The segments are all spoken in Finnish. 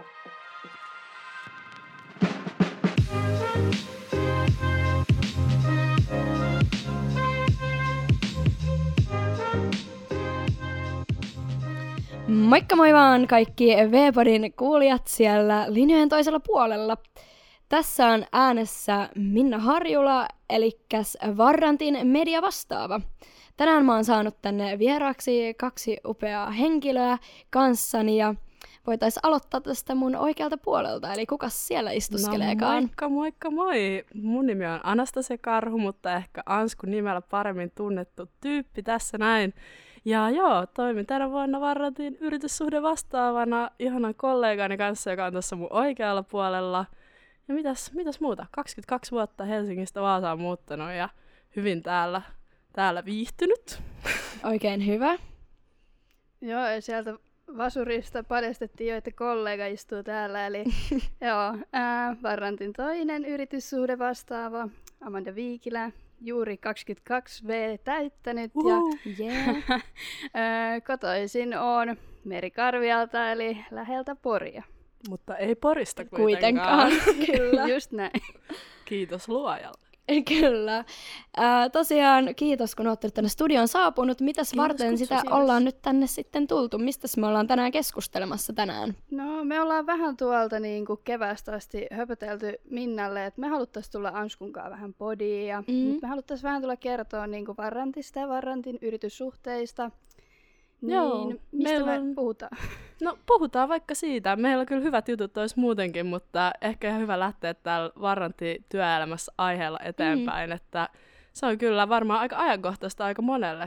Moikka moi vaan kaikki V-podin kuulijat siellä linjojen toisella puolella. Tässä on äänessä Minna Harjula, elikkäs Varrantin mediavastaava. Tänään mä oon saanut tänne vieraaksi 2 upeaa henkilöä kanssani ja voitais aloittaa tästä mun oikealta puolelta, eli kukas siellä istuskeleekaan? No moikka moi! Mun nimi on Anastasia Karhu, mutta ehkä Ansku nimellä paremmin tunnettu tyyppi tässä näin. Ja joo, toimin tänä vuonna Varrantin yrityssuhde vastaavana ihanan kollegani kanssa, joka on tuossa mun oikealla puolella. Ja mitäs muuta? 22 vuotta Helsingistä Vaasaan muuttanut ja hyvin täällä viihtynyt. Oikein hyvä. Joo, ja sieltä Vasurista paljastettiin jo, että kollega istuu täällä. Eli joo, Varrantin toinen yrityssuhde vastaava Amanda Viikilä. Juuri 22V täyttänyt ja kotoisin on Merikarvialta eli läheltä Poria. Mutta ei Porista kuitenkaan. Kyllä. Just näin. Kiitos luojalle. Kyllä. Tosiaan kiitos, kun olette tänne studioon saapunut. Mitäs varten sitä ollaan nyt tänne sitten tultu? Mistäs me ollaan tänään keskustelemassa tänään? No, me ollaan vähän tuolta niin kuin keväästä asti höpötelty Minnalle, että me haluttaisiin tulla Anskunkaan vähän podiin. Ja me haluttaisiin vähän tulla kertoa niin kuin Varrantista ja Varrantin yrityssuhteista. Niin, mistä me puhutaan? No puhutaan vaikka siitä. Meillä on kyllä hyvät jutut olisi muutenkin, mutta ehkä ihan hyvä lähteä täällä Varrantin työelämässä aiheella eteenpäin, että se on kyllä varmaan aika ajankohtaista aika monelle.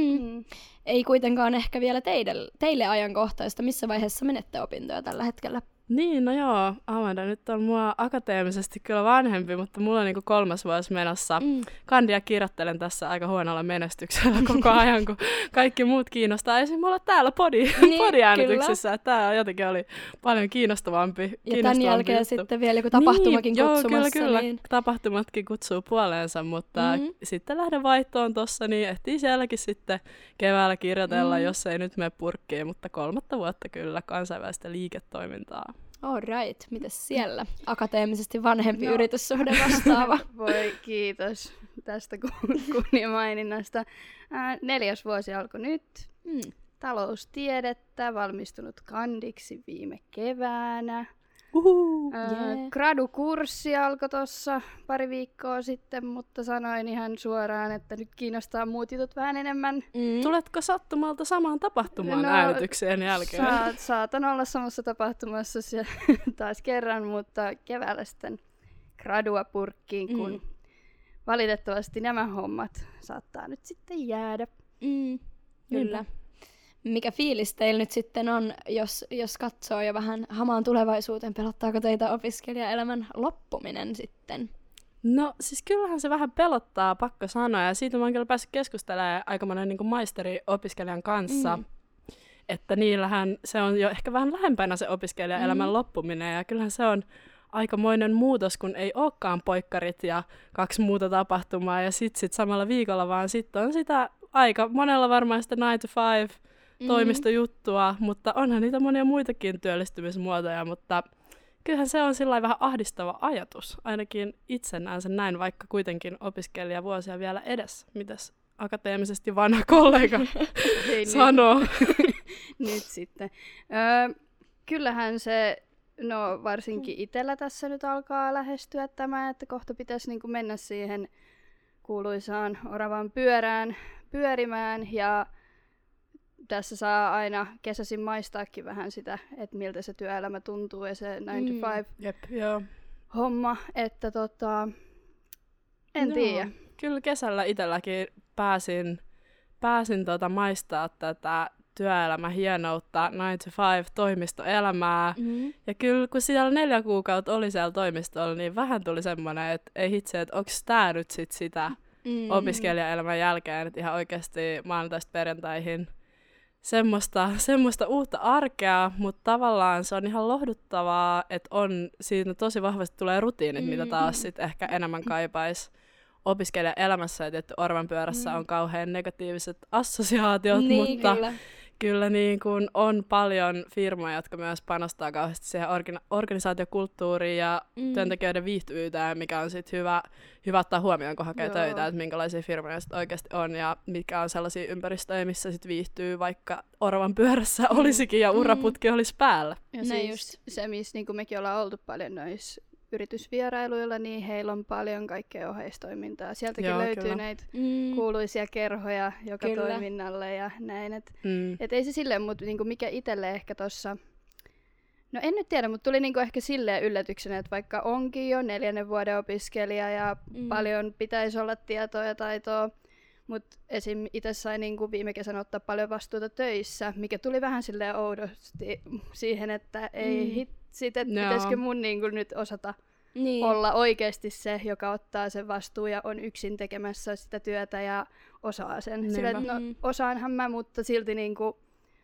Ei kuitenkaan ehkä vielä teille ajankohtaista. Missä vaiheessa menette opintoja tällä hetkellä? Niin, no joo, Amanda nyt on mua akateemisesti kyllä vanhempi, mutta mulla on niinku 3. vuosi menossa. Kandia kirjoittelen tässä aika huonolla menestyksellä koko ajan, kun kaikki muut kiinnostaa. Esimerkiksi me ollaan täällä podiäänityksessä, että tää jotenkin oli paljon kiinnostavampi. Ja tämän jälkeen juttu. Sitten vielä joku tapahtumakin kutsumassa. Joo, kyllä. Niin... Tapahtumatkin kutsuu puoleensa, mutta sitten lähden vaihtoon tossa, niin ehtii sielläkin sitten keväällä kirjoitella, jos ei nyt mene purkkiin, mutta 3. vuotta kyllä kansainvälistä liiketoimintaa. All right. Mites siellä? Akateemisesti vanhempi yrityssuhde vastaava. Voi kiitos tästä kunniamaininnasta. 4. vuosi alkoi nyt. Taloustiedettä, valmistunut kandiksi viime keväänä. Gradukurssi alkoi tuossa pari viikkoa sitten, mutta sanoin ihan suoraan, että nyt kiinnostaa muut jutut vähän enemmän. Tuletko sattumalta samaan tapahtumaan äänitykseen jälkeen? Saatan olla samassa tapahtumassa taas kerran, mutta keväällä sitten gradua purkkiin, kun valitettavasti nämä hommat saattaa nyt sitten jäädä. Kyllä. Mikä fiilis teillä nyt sitten on, jos katsoo jo vähän hamaan tulevaisuuteen? Pelottaako teitä opiskelijaelämän loppuminen sitten? No siis kyllähän se vähän pelottaa, pakko sanoa. Ja siitä mä oon kyllä päässyt keskustelemaan aika monen niin kuin maisteri-opiskelijan kanssa. Että niillähän se on jo ehkä vähän lähempänä se opiskelijaelämän loppuminen. Ja kyllähän se on aikamoinen muutos, kun ei olekaan poikkarit ja 2 muuta tapahtumaa. Ja sit samalla viikolla, vaan sitten on sitä aika monella varmaan sitä 9 to 5 toimistojuttua, mutta onhan niitä monia muitakin työllistymismuotoja, mutta kyllähän se on sillä vähän ahdistava ajatus. Ainakin itse näen sen näin, vaikka kuitenkin opiskelijavuosia vielä edessä. Mitäs akateemisesti vanha kollega sanoo? Nyt sitten. Kyllähän se, varsinkin itsellä tässä nyt alkaa lähestyä tämä, että kohta pitäisi niin kuin mennä siihen kuuluisaan oravan pyörään pyörimään ja tässä saa aina kesäisin maistaakin vähän sitä, että miltä se työelämä tuntuu ja se 9 to 5 homma, että en tiedä. Kyllä kesällä itselläkin pääsin maistaa tätä työelämän hienoutta 9 to 5 toimistoelämää. Ja kyllä kun siellä 4 kuukautta oli siellä toimistolla, niin vähän tuli semmoinen, että ei hitse, että onko tämä nyt sit sitä opiskelijaelämän jälkeen, että ihan oikeasti maanantaista perjantaihin semmoista uutta arkea, mutta tavallaan se on ihan lohduttavaa, että siinä tosi vahvasti tulee rutiinit, mitä taas sit ehkä enemmän kaipaisi opiskelijan elämässä, että orvan pyörässä on kauhean negatiiviset assosiaatiot, niin, mutta kyllä niin kuin on paljon firmoja, jotka myös panostaa kauheasti siihen organisaatiokulttuuriin ja työntekijöiden viihtyvyyteen, mikä on sitten hyvä ottaa huomioon, kun hakee töitä, että minkälaisia firmoja sit oikeasti on ja mitkä on sellaisia ympäristöjä, missä sit viihtyy, vaikka oravan pyörässä olisikin ja uraputki olisi päällä. Ja siis just se, missä niin mekin ollaan oltu paljon noissa yritysvierailuilla, niin heillä on paljon kaikkea oheistoimintaa. Sieltäkin löytyy näitä kuuluisia kerhoja joka toiminnalle ja näin. Et ei se silleen, mutta niinku mikä itselle ehkä tossa, no en nyt tiedä, mutta tuli niinku ehkä silleen yllätyksenä, että vaikka onkin jo 4. vuoden opiskelija ja paljon pitäisi olla tietoa ja taitoa, mutta esim. Itse sain niinku viime kesänä ottaa paljon vastuuta töissä, mikä tuli vähän silleen oudosti siihen, että ei hitsit, että pitäisikö mun niinku nyt osata olla oikeasti se, joka ottaa sen vastuun ja on yksin tekemässä sitä työtä ja osaa sen. Sillä, että osaanhan mä, mutta silti niinku,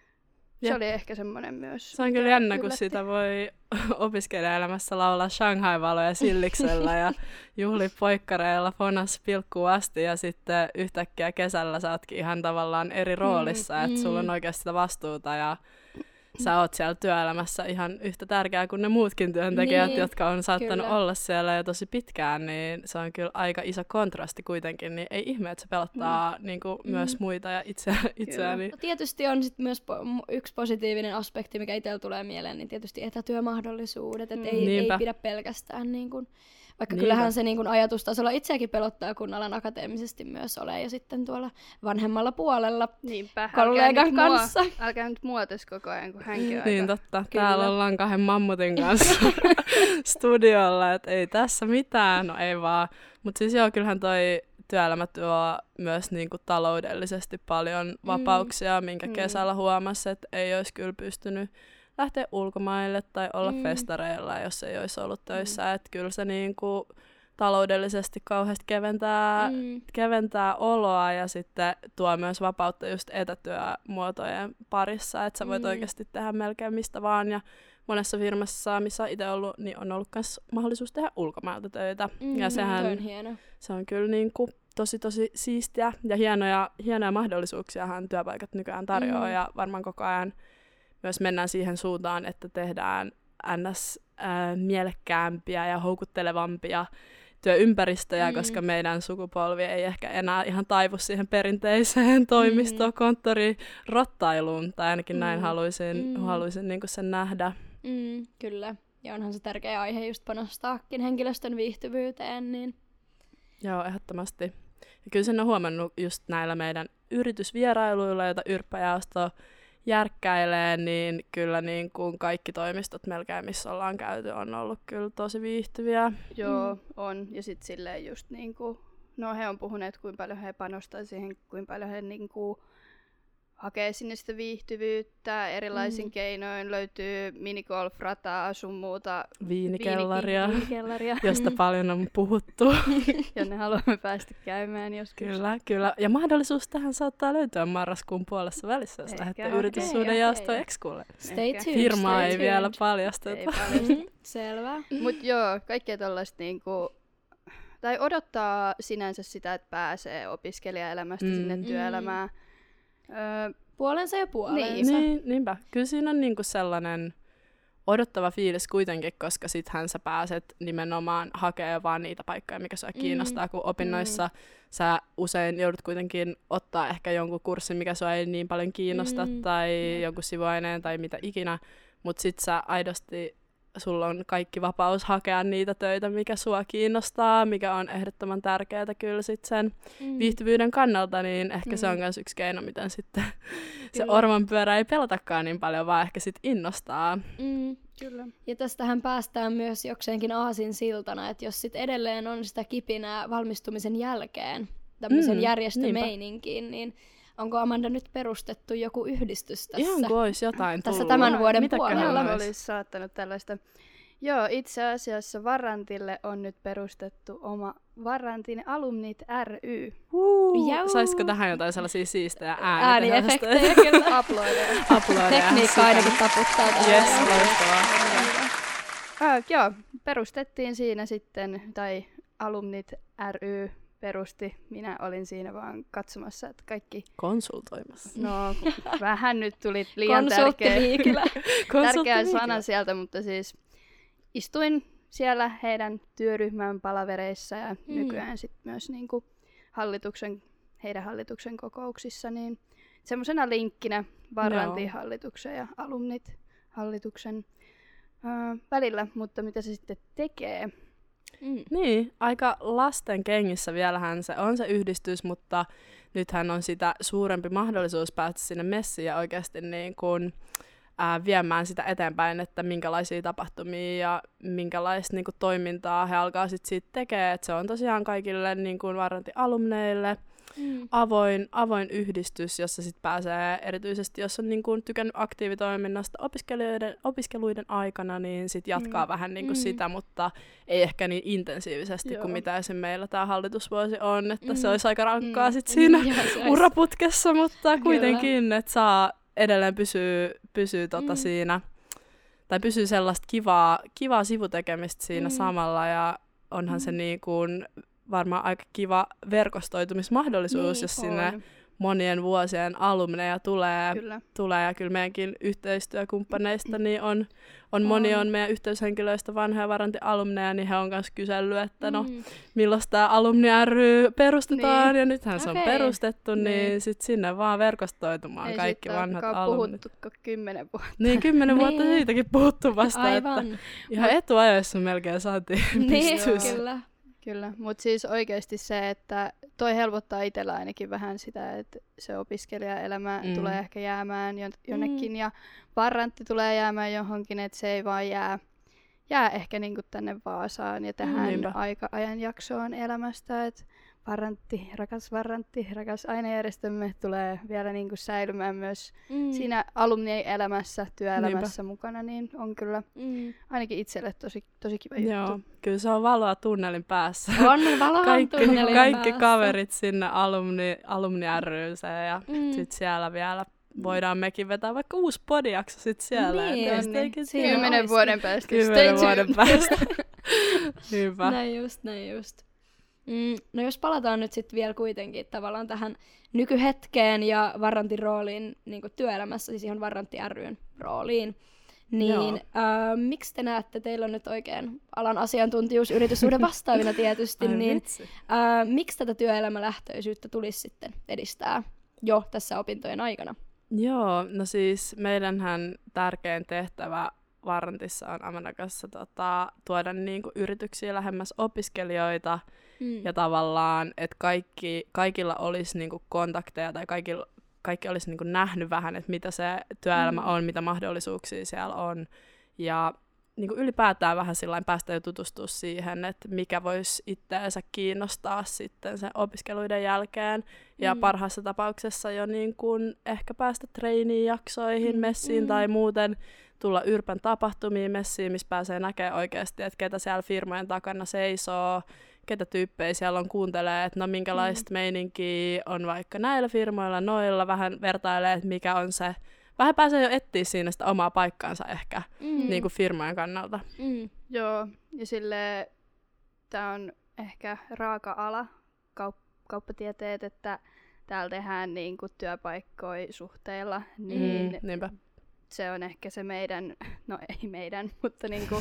se oli ehkä semmoinen myös. Se on kyllä jännä, kun sitä voi opiskelijaelämässä laulaa Shanghai-valoja silliksellä ja juhli poikkareilla fonas pilkkuun asti ja sitten yhtäkkiä kesällä sä ootkin ihan tavallaan eri roolissa, että sulla on oikeasti sitä vastuuta ja sä oot siellä työelämässä ihan yhtä tärkeää kuin ne muutkin työntekijät, jotka on saattanut olla siellä jo tosi pitkään, niin se on kyllä aika iso kontrasti kuitenkin, niin ei ihme, että se pelottaa niin kuin myös muita ja itseäni. No, tietysti on sit myös yksi positiivinen aspekti, mikä itsellä tulee mieleen, niin tietysti etätyömahdollisuudet, että ei pidä pelkästään niin kuin, vaikka kyllähän se niin kuin ajatustasolla itseäkin pelottaa, kun alan akateemisesti myös ole ja sitten tuolla vanhemmalla puolella kollegan kanssa. Älkää nyt muotos koko ajan, kun hänkin on niin totta, täällä ollaan 2 mammutin kanssa studiolla, että ei tässä mitään, no ei vaan. Mutta siis joo, kyllähän toi työelämä tuo myös niinku taloudellisesti paljon vapauksia, minkä kesällä huomasi, että ei olisi kyllä pystynyt lähteä ulkomaille tai olla festareilla, jos ei olisi ollut töissä. Että kyllä se niinku taloudellisesti kauheasti keventää oloa ja sitten tuo myös vapautta just etätyömuotojen parissa, että sä voit oikeasti tehdä melkein mistä vaan. Ja monessa firmassa, missä on itse ollut, niin on ollut myös mahdollisuus tehdä ulkomailta töitä. Ja sehän on hieno. Se on kyllä niinku tosi siistiä ja hienoja mahdollisuuksiahan työpaikat nykyään tarjoaa ja varmaan koko ajan myös mennään siihen suuntaan, että tehdään mielekkäämpiä ja houkuttelevampia työympäristöjä, koska meidän sukupolvi ei ehkä enää ihan taivu siihen perinteiseen toimistokonttorirottailuun, tai ainakin näin haluaisin niin kuin sen nähdä. Kyllä, ja onhan se tärkeä aihe just panostaakin henkilöstön viihtyvyyteen. Niin. Joo, ehdottomasti. Ja kyllä sen on huomannut just näillä meidän yritysvierailuilla, joita Yrppäjaosto järkkäilee, niin kyllä niin kuin kaikki toimistot melkein, missä ollaan käyty, on ollut kyllä tosi viihtyviä. Joo, on. Ja sitten silleen just niinku, no he on puhuneet, kuinka paljon he panostaa siihen, kuinka paljon he niinku hakee sinne sitä viihtyvyyttä. Erilaisin keinoin löytyy minigolf-rataa, sun muuta. Viinikellaria, josta paljon on puhuttu. Jonne haluamme päästä käymään joskus. Kyllä. Ja mahdollisuus tähän saattaa löytyä marraskuun puolessa välissä, jos lähdette yrityssuhdejaostoon Exkulle. Stay tuned. Firmaa ei vielä paljasteta. Selvä. Mut joo, kaikkea tollaista niinku, tai odottaa sinänsä sitä, että pääsee opiskelijaelämästä sinne työelämään. Puolensa ja puolensa. Niinpä. Kyllä siinä on niinku sellainen odottava fiilis kuitenkin, koska sittenhän sä pääset nimenomaan hakemaan vaan niitä paikkoja, mikä sua kiinnostaa, kun opinnoissa sä usein joudut kuitenkin ottaa ehkä jonkun kurssin, mikä sua ei niin paljon kiinnosta, tai jonkun sivuaineen tai mitä ikinä, mutta sit sä aidosti sulla on kaikki vapaus hakea niitä töitä, mikä sua kiinnostaa, mikä on ehdottoman tärkeää kyllä sit sen viihtyvyyden kannalta, niin ehkä se on myös yksi keino, miten sitten se ormanpyörä ei pelatakaan niin paljon, vaan ehkä sit innostaa. Kyllä. Ja tästähän päästään myös jokseenkin aasinsiltana, että jos sit edelleen on sitä kipinää valmistumisen jälkeen tämmöisen järjestömeininkiin, niin onko Amanda nyt perustettu joku yhdistys tässä? Ihan kuin olisi jotain tässä tämän vuoden puolella. Olisi saattanut tällaista. Joo, itse asiassa Varrantille on nyt perustettu oma Varrantin Alumnit ry. Saisiko tähän jotain sellaisia siistejä ääniefektejä? Kyllä. Aplodeja. Tekniikka ainakin taputtaa. Yes, loistavaa. Joo, perustettiin siinä sitten, tai Alumnit ry perusti. Minä olin siinä vaan katsomassa, että kaikki... Konsultoimassa. No, vähän nyt tuli liian tärkeä sana sieltä, mutta siis istuin siellä heidän työryhmän palavereissa ja nykyään sitten myös niinku heidän hallituksen kokouksissa, niin semmoisena linkkinä Varrantin hallituksen ja alumnit hallituksen välillä, mutta mitä se sitten tekee? Niin, aika lasten kengissä vielähän se on se yhdistys, mutta nythän on sitä suurempi mahdollisuus päästä sinne messiin ja oikeasti niin kuin, viemään sitä eteenpäin, että minkälaisia tapahtumia ja minkälaista niin kuin, toimintaa he alkaa sitten siitä tekemään. Et se on tosiaan kaikille niin kuin Varrantin alumneille avoin yhdistys, jossa sitten pääsee erityisesti, jos on niin kuin, tykännyt aktiivitoiminnasta opiskeluiden aikana, niin sitten jatkaa vähän niin kuin sitä, mutta ei ehkä niin intensiivisesti kuin mitä esim. Meillä tämä hallitusvuosi on, että se olisi aika rankkaa sitten siinä uraputkessa, mutta kuitenkin, että saa edelleen pysyy siinä, tai pysyy sellaista kivaa sivutekemistä siinä samalla, ja onhan se niin kuin varmaan aika kiva verkostoitumismahdollisuus, jos sinne monien vuosien alumneja tulee ja kyllä meidänkin yhteistyökumppaneista niin on moni on meidän yhteyshenkilöistä vanhoja Varrantin alumneja, niin he on myös kysellyt, että no milloin tämä alumni ry perustetaan, ja nythän se on perustettu, niin sitten sinne vaan verkostoitumaan kaikki vanhat alumnit. Ei puhuttu 10 vuotta. Niin, 10 vuotta siitäkin puhuttu vasta, aivan. Että ihan etuajoissa melkein saatiin kyllä. Kyllä, mutta siis oikeasti se, että toi helpottaa itsellä ainakin vähän sitä, että se opiskelijaelämä tulee ehkä jäämään jonnekin ja Varrantti tulee jäämään johonkin, että se ei vaan jää ehkä niinku tänne Vaasaan ja tähän ajanjaksoon elämästä, että Varrantti, rakas ainejärjestömme tulee vielä niinku säilymään myös siinä alumnien elämässä, työelämässä mukana, niin on kyllä ainakin itselle tosi kiva juttu. Joo, kyllä se on valoa tunnelin päässä. On valoa tunnelin kaikki kaverit sinne alumni ry:seen ja sit siellä vielä voidaan mekin vetää vaikka uusi podijakso sit siellä. Niin, 10 vuoden päästä. 10 vuoden päästä. Hyvä. Näin just. No jos palataan nyt sitten vielä kuitenkin tavallaan tähän nykyhetkeen ja Varrantin rooliin niin kuin työelämässä, siis ihan Varrantti ry:n rooliin, niin miksi te näette, teillä on nyt oikein alan asiantuntijuus yrityssuhde vastaavina tietysti, niin miksi tätä työelämälähtöisyyttä tulisi sitten edistää jo tässä opintojen aikana? Joo, no siis meidänhän tärkein tehtävä Varrantissa on Amandan kanssa tuoda niinku yrityksiä lähemmäs opiskelijoita ja tavallaan, että kaikilla olisi niinku kontakteja tai kaikki olisi niinku nähnyt vähän, että mitä se työelämä on, mitä mahdollisuuksia siellä on ja niinku ylipäätään vähän sillain päästä jo tutustua siihen, että mikä voisi itseänsä kiinnostaa sitten sen opiskeluiden jälkeen ja parhaassa tapauksessa jo niinku ehkä päästä treenijaksoihin, messiin tai muuten tulla Yrpän tapahtumiin messiin, missä pääsee näkemään oikeasti, että ketä siellä firmojen takana seisoo, ketä tyyppejä siellä on kuuntelee, että no minkälaista meininkiä on vaikka näillä firmoilla, noilla, vähän vertailee, että mikä on se, vähän pääsee jo etsiä siinä sitä omaa paikkaansa ehkä niin kuin firmojen kannalta. Joo, ja silleen tämä on ehkä raaka ala, kauppatieteet, että täällä tehdään niin kuin työpaikkoja suhteilla, niin se on ehkä se meidän, no ei meidän, mutta niinku,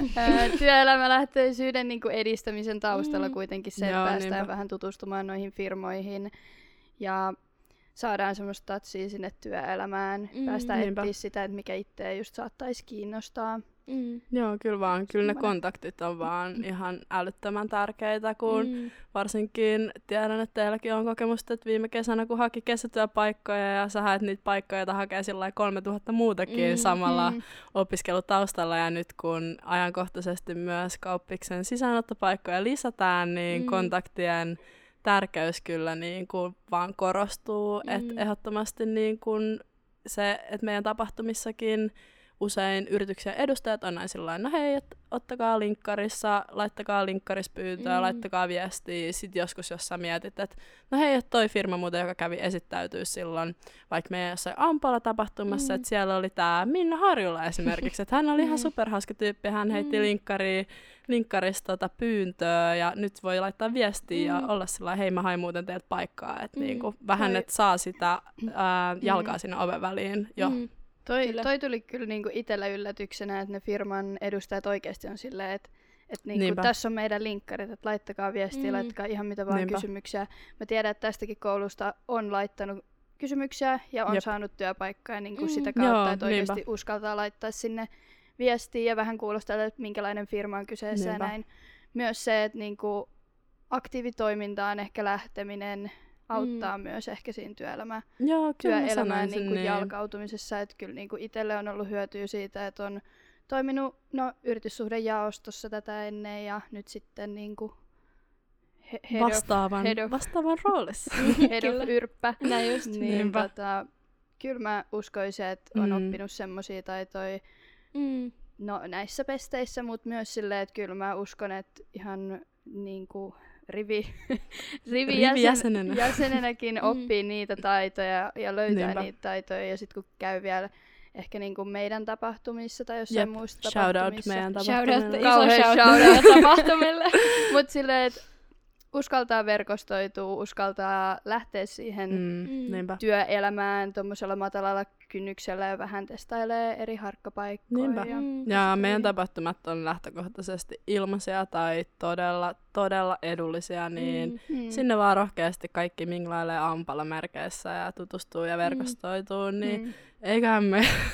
työelämälähtöisyyden niinku edistämisen taustalla kuitenkin se, että päästään vähän tutustumaan noihin firmoihin ja saadaan semmoista tatsia sinne työelämään, päästään etsiä sitä, että mikä itseä just saattaisi kiinnostaa. Joo, kyllä vaan. Kyllä ne kontaktit on vaan ihan älyttömän tärkeitä, kun varsinkin tiedän, että teilläkin on kokemusta, että viime kesänä kun haki kesätyöpaikkoja ja sä haet niitä paikkoja, joita hakee sillä 3000 muutakin samalla opiskelutaustalla ja nyt kun ajankohtaisesti myös kauppiksen sisäänottopaikkoja lisätään, niin kontaktien tärkeys kyllä niin kuin vaan korostuu, että ehdottomasti niin kuin se, että meidän tapahtumissakin usein yrityksen edustajat on näin sillain, no hei, että ottakaa linkkarissa, laittakaa linkkarispyyntöä, laittakaa viestiä. Sitten joskus, jos sä mietit, että no hei, että toi firma muuten, joka kävi esittäytyä silloin, vaikka meidän jossain Ampala-tapahtumassa, että siellä oli tää Minna Harjula esimerkiksi, että hän oli ihan superhauska tyyppi, hän heitti linkkarista pyyntöä ja nyt voi laittaa viestiä ja olla sellainen, hei mä hain muuten teiltä paikkaa, että niinku, vähän, että saa sitä jalkaa sinne oven väliin jo. Toi tuli kyllä niinku itsellä yllätyksenä, että ne firman edustajat oikeasti on silleen, että niinku, tässä on meidän linkkarit, että laittakaa viestiä, laittakaa ihan mitä vaan kysymyksiä. Mä tiedän, että tästäkin koulusta on laittanut kysymyksiä ja on saanut työpaikkaa niinku sitä kautta, että oikeasti uskaltaa laittaa sinne viestiä ja vähän kuulostaa, että minkälainen firma on kyseessä ja näin. Myös se, että niinku aktiivitoimintaan ehkä lähteminen auttaa myös ehkä siinä työelämään niinku jalkautumisessa. Että kyllä niinku itselle on ollut hyötyä siitä, että on toiminut yrityssuhdejaostossa tätä ennen ja nyt sitten niinku vastaavan roolissa. Head of yrppä. Näin just. Niin, kyllä mä uskoisin, että on oppinut semmoisia taitoja näissä pesteissä, mutta myös silleen, että kyllä mä uskon, että ihan niinku jäsenenäkin oppii niitä taitoja ja löytää niitä taitoja ja sitten kun käy vielä ehkä niinku meidän tapahtumissa tai jossain muissa tapahtumissa. Shout out meidän tapahtumille. Iso shout out tapahtumille. Mut silleen, että uskaltaa verkostoitua, uskaltaa lähteä siihen työelämään tuommoisella matalalla kynnyksellä ja vähän testailee eri harkkapaikkoja. Ja meidän tapahtumat on lähtökohtaisesti ilmaisia tai todella edullisia, niin sinne vaan rohkeasti kaikki minglailee Ampala-merkeissä ja tutustuu ja verkostoituu, niin eiköhän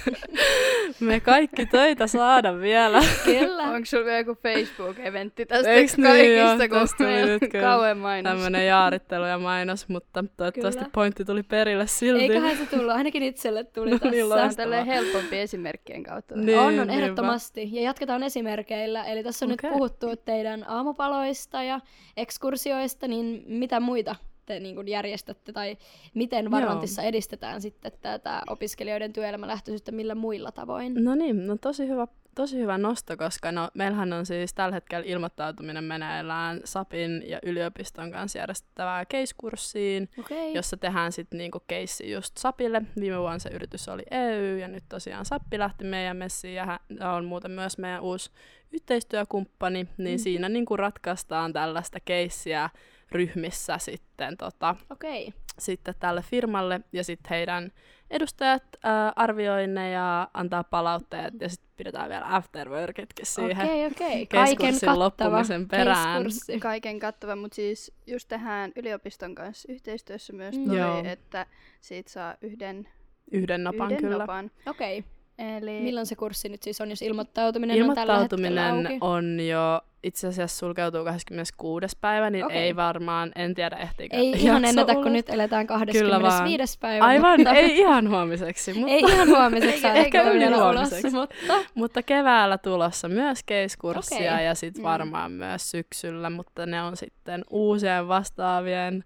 me kaikki töitä saada vielä. Kyllä. Onko sulla vielä joku Facebook-eventti tästä kaikista, kun meillä kauan mainos? Tämmönen jaarittelu ja mainos, mutta toivottavasti pointti tuli perille silti. Eiköhän se tullut, ainakin itselle tuli tässä. Niin on tälleen helpompi esimerkkien kautta. On ehdottomasti. Ja jatketaan esimerkkeillä. Eli tässä on nyt puhuttu teidän aamupaloista ja ekskursioista, niin mitä muita te niin kuin järjestätte tai miten Varrantissa edistetään sitten tätä opiskelijoiden työelämälähtöisyyttä millä muilla tavoin? No niin, tosi hyvä nosto, koska meillähän on siis tällä hetkellä ilmoittautuminen meneillään SAPin ja yliopiston kanssa järjestettävään case-kurssiin, jossa tehdään sitten niinku keissi just SAPille. Viime vuonna se yritys oli EU ja nyt tosiaan SAPpi lähti meidän messiin ja on muuten myös meidän uusi yhteistyökumppani, niin siinä niinku ratkaistaan tällaista keissiä ryhmissä sitten, sitten tälle firmalle ja sitten heidän edustajat arvioi ne ja antaa palautteet ja sitten pidetään vielä afterworkitkin siihen keiskurssin loppumisen perään. Kaiken kattava, mutta siis just tehdään yliopiston kanssa yhteistyössä myös että siitä saa yhden nopan. Okei. Eli milloin se kurssi nyt siis on, jos ilmoittautuminen on tällä hetkellä auki? On jo itse asiassa sulkeutuu 26. päivä, niin ei varmaan, en tiedä ehtiikö. Ei ihan ennätä, kun nyt eletään 25. päivä. Aivan, mutta ei ihan huomiseksi. Ei ihan huomiseksi, ehkä ylihuomiseksi. Mutta keväällä tulossa myös case-kurssia ja sitten varmaan myös syksyllä, mutta ne on sitten uusien vastaavien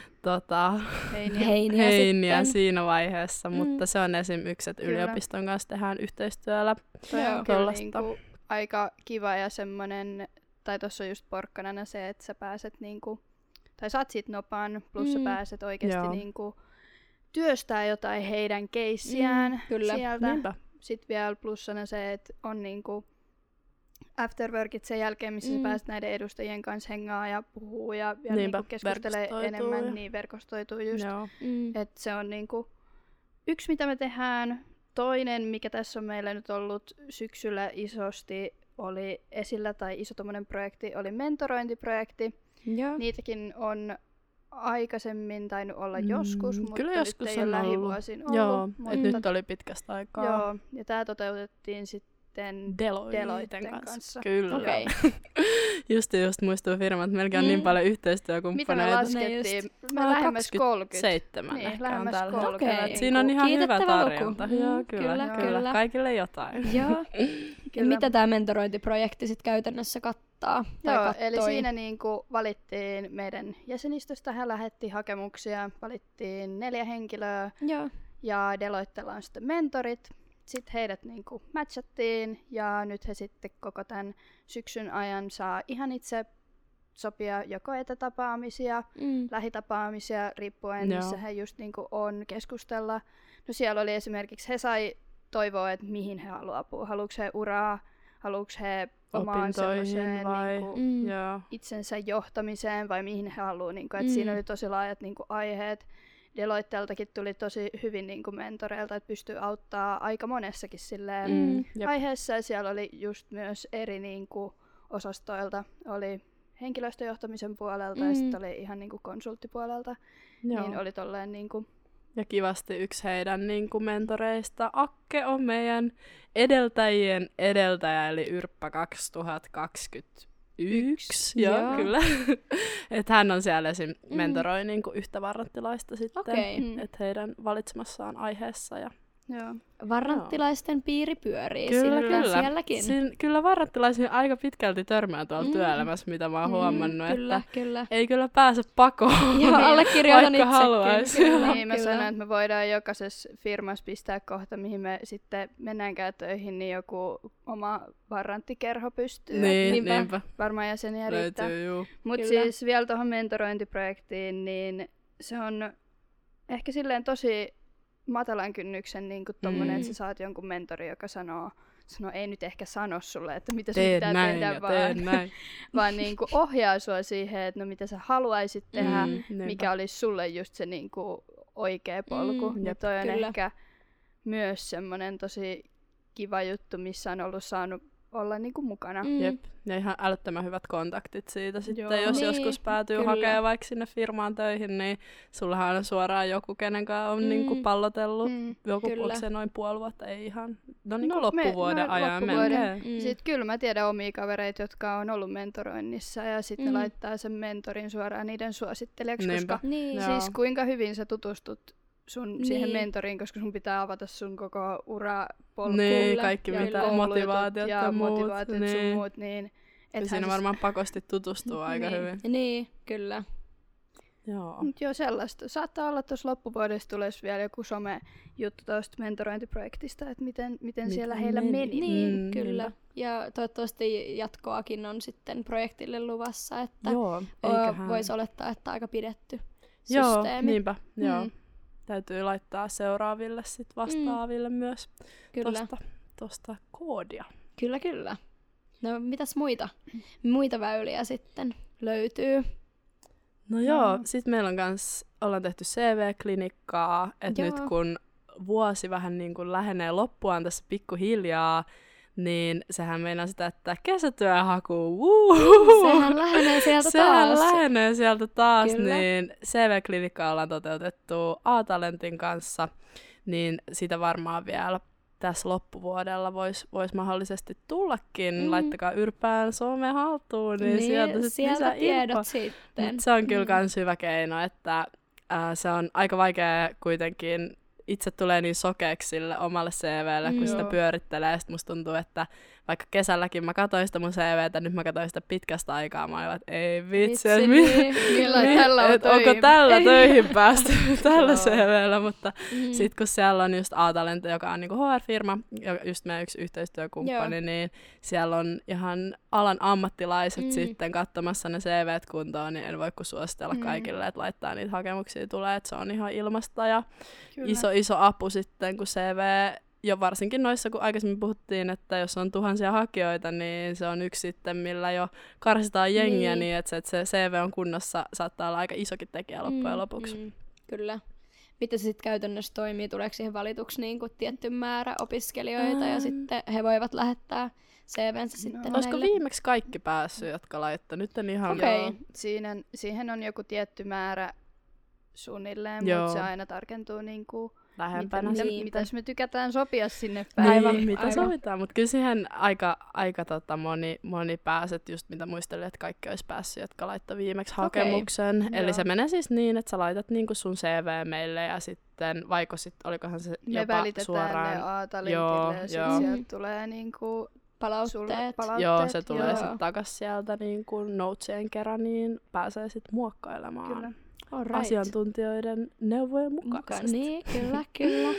heiniä siinä vaiheessa, mutta se on esim. Yksi, että yliopiston kanssa tehdään yhteistyöllä. Niinku aika kiva ja semmoinen, tai tuossa on just porkkanana se, että sä pääset niinku, tai saat sit nopan, plus sä pääset oikeasti niinku työstää jotain heidän keissiään sieltä. Sitten vielä plussana se, että on niinku afterworkit sen jälkeen, missä sä pääset näiden edustajien kanssa hengaa ja puhuu ja niinku keskustelee enemmän, niin verkostoituu just. Että se on niinku yksi, mitä me tehdään. Toinen, mikä tässä on meillä nyt ollut syksyllä isosti oli esillä, tai iso tommonen projekti, oli mentorointiprojekti. Niitäkin on aikaisemmin tainnut olla joskus, mutta kyllä joskus nyt ei ole lähivuosin ollut. Joo, mutta nyt oli pitkästä aikaa. Joo, ja tää toteutettiin sitten Deloitten kanssa. Kyllä. Just muistuu firma, että meilläkin on niin paljon yhteistyökumppaneita. Mitä me laskettiin? Me lähemmäs 30. 7 niin, ehkä on tällä hetkellä. Siinä on ihan hyvä tarjonta. Joo, kyllä. Kaikille jotain. Joo. Ja mitä tämä mentorointiprojekti sitten käytännössä kattaa? Joo, eli siinä niinku valittiin meidän jäsenistöstä, hän lähetti hakemuksia, valittiin 4 henkilöä ja Deloittella on sitten mentorit. sit heidät niinku matchattiin ja nyt he sitten koko tämän syksyn ajan saa ihan itse sopia joko etätapaamisia, lähitapaamisia, riippuen missä he just niinku on keskustella. No siellä oli esimerkiksi, he sai toivoa, että mihin he haluaa apua. Haluatko he uraa, haluatko he omaan semmoiseen niinku, itsensä johtamiseen vai mihin he haluaa. Niinku, siinä oli tosi laajat niinku aiheet. Deloitteltakin tuli tosi hyvin niinku mentoreilta, että pystyy auttaa aika monessakin silleen aiheessa. Ja siellä oli just myös eri niinku osastoilta. Oli henkilöstöjohtamisen puolelta ja sitten oli ihan niinku konsulttipuolelta. Niin oli tolleen niinku... Ja kivasti yksi heidän niinku mentoreista, Akke, on meidän edeltäjien edeltäjä, eli Yrppä 2021. Joo, kyllä. Että hän on siellä esim. Mentoroi niinku yhtä varranttilaista sitten, että heidän valitsemassaan aiheessa. Ja Varranttilaisten piiri pyörii kyllä. sielläkin. Kyllä varranttilaisiin aika pitkälti törmää tuolla työelämässä, mitä mä oon huomannut, että ei kyllä pääse pakoon, ja allekirjoitan vaikka haluaisi. Niin, mä sanoin, että me voidaan jokaisessa firmassa pistää kohta, mihin me sitten mennäänkään töihin, niin joku oma varranttikerho pystyy. Niinpä. Varmaan jäseniä riittää. Mutta Kyllä. siis vielä tuohon mentorointiprojektiin, niin se on ehkä silleen tosi matalan kynnyksen niin tommonen, että sä saat jonkun mentori, joka sanoo ei nyt ehkä sano sulle, että mitä sun pitää tehdä, vaan niin kuin ohjaa sua siihen, että no mitä sä haluaisit tehdä, mikä olisi sulle just se niin kuin oikea polku. Ja toi on ehkä myös semmoinen tosi kiva juttu, missä on ollut saanut olla niin kuin mukana. Jep. Ja ihan älyttömän hyvät kontaktit siitä sitten, jos joskus päätyy hakemaan vaikka sinne firmaan töihin, niin sullahan on suoraan joku, kenen kanssa on niinku pallotellut joku, onko se noin puoli vuotta, ei ihan, loppuvuoden ajan. Sitten kyllä mä tiedän omia kavereita, jotka on ollut mentoroinnissa ja sitten laittaa sen mentorin suoraan niiden suosittelijaksi, koska siis kuinka hyvin sä tutustut siihen mentoriin, koska sun pitää avata sun koko urapolku. Kaikki mitä motivaatiot ja muut. Sun muut, niin siinä varmaan pakosti tutustuu aika hyvin. Niin, kyllä. Joo, sellaista. Saattaa olla, että tuossa loppuvuodessa tulisi vielä joku some-juttu tuosta mentorointiprojektista, että miten siellä heillä meni. Niin, kyllä. Ja toivottavasti jatkoakin on sitten projektille luvassa, että voisi olettaa, että aika pidetty systeemi. Niinpä. Joo. Täytyy laittaa seuraaville sit vastaaville myös tosta koodia. Kyllä. No mitäs muita väyliä sitten löytyy? No sit meillä on ollaan tehty CV-klinikkaa, että nyt kun vuosi vähän niin kuin lähenee loppuaan tässä pikkuhiljaa, niin sehän meinaa sitä, että kesätyöhaku, Sehän lähenee sieltä taas. Kyllä. Niin CV-klinikkaa ollaan toteutettu A-Talentin kanssa, niin sitä varmaan vielä tässä loppuvuodella vois mahdollisesti tullakin. Laittakaa Yrppään some haltuun, niin sieltä tiedot sitten. Se on kyllä kans hyvä keino, että se on aika vaikea kuitenkin. Itse tulee niin sokeaksi sille omalle CVlle, kun sitä pyörittelee. Sitten musta tuntuu, että vaikka kesälläkin mä katsoin sitä mun CVtä, nyt mä katsoin sitä pitkästä aikaa. Mä olin, että ei vitsi, onko tällä töihin päästy tällä CVllä. Mutta sitten kun siellä on just A-Talent, joka on niinku HR-firma, just meidän yksi yhteistyökumppani, niin siellä on ihan alan ammattilaiset sitten katsomassa ne CVt kuntoon, niin en voi kuin suositella kaikille, että laittaa niitä hakemuksia tulee, että se on ihan ilmasta ja iso apu sitten, kun CV, jo varsinkin noissa, kun aikaisemmin puhuttiin, että jos on tuhansia hakijoita, niin se on yksi sitten, millä jo karsitaan jengiä niin että se CV on kunnossa, saattaa olla aika isokin tekijä loppujen lopuksi. Kyllä. Miten se sitten käytännössä toimii? Tuleeko siihen valituksi niin kuin tietty määrä opiskelijoita ja sitten he voivat lähettää CV:nsä sitten Olisiko näille? Viimeksi kaikki päässyt, jotka laittoi? Nyt en ihan... Joo, siihen on joku tietty määrä suunnilleen, mutta se aina tarkentuu niin kuin lähempänä. Mitäs me tykätään sopia sinne päin. Mitä sovitaan, mutta kyllä siihen aika moni pääset, just mitä muistelin, että kaikki olisi päässyt, jotka laittoi viimeksi hakemuksen. Eli se menee siis niin, että sä laitat niinku sun CV meille ja sitten, vaikka olikohan se me jopa välitetään suoraan. ne A-talentille ja sieltä tulee niinku palautteet. Joo, se tulee sitten takas sieltä niinku notesien kerran, niin pääsee sitten muokkailemaan. Kyllä. Asiantuntijoiden neuvojen mukaisesti. Niin, kyllä.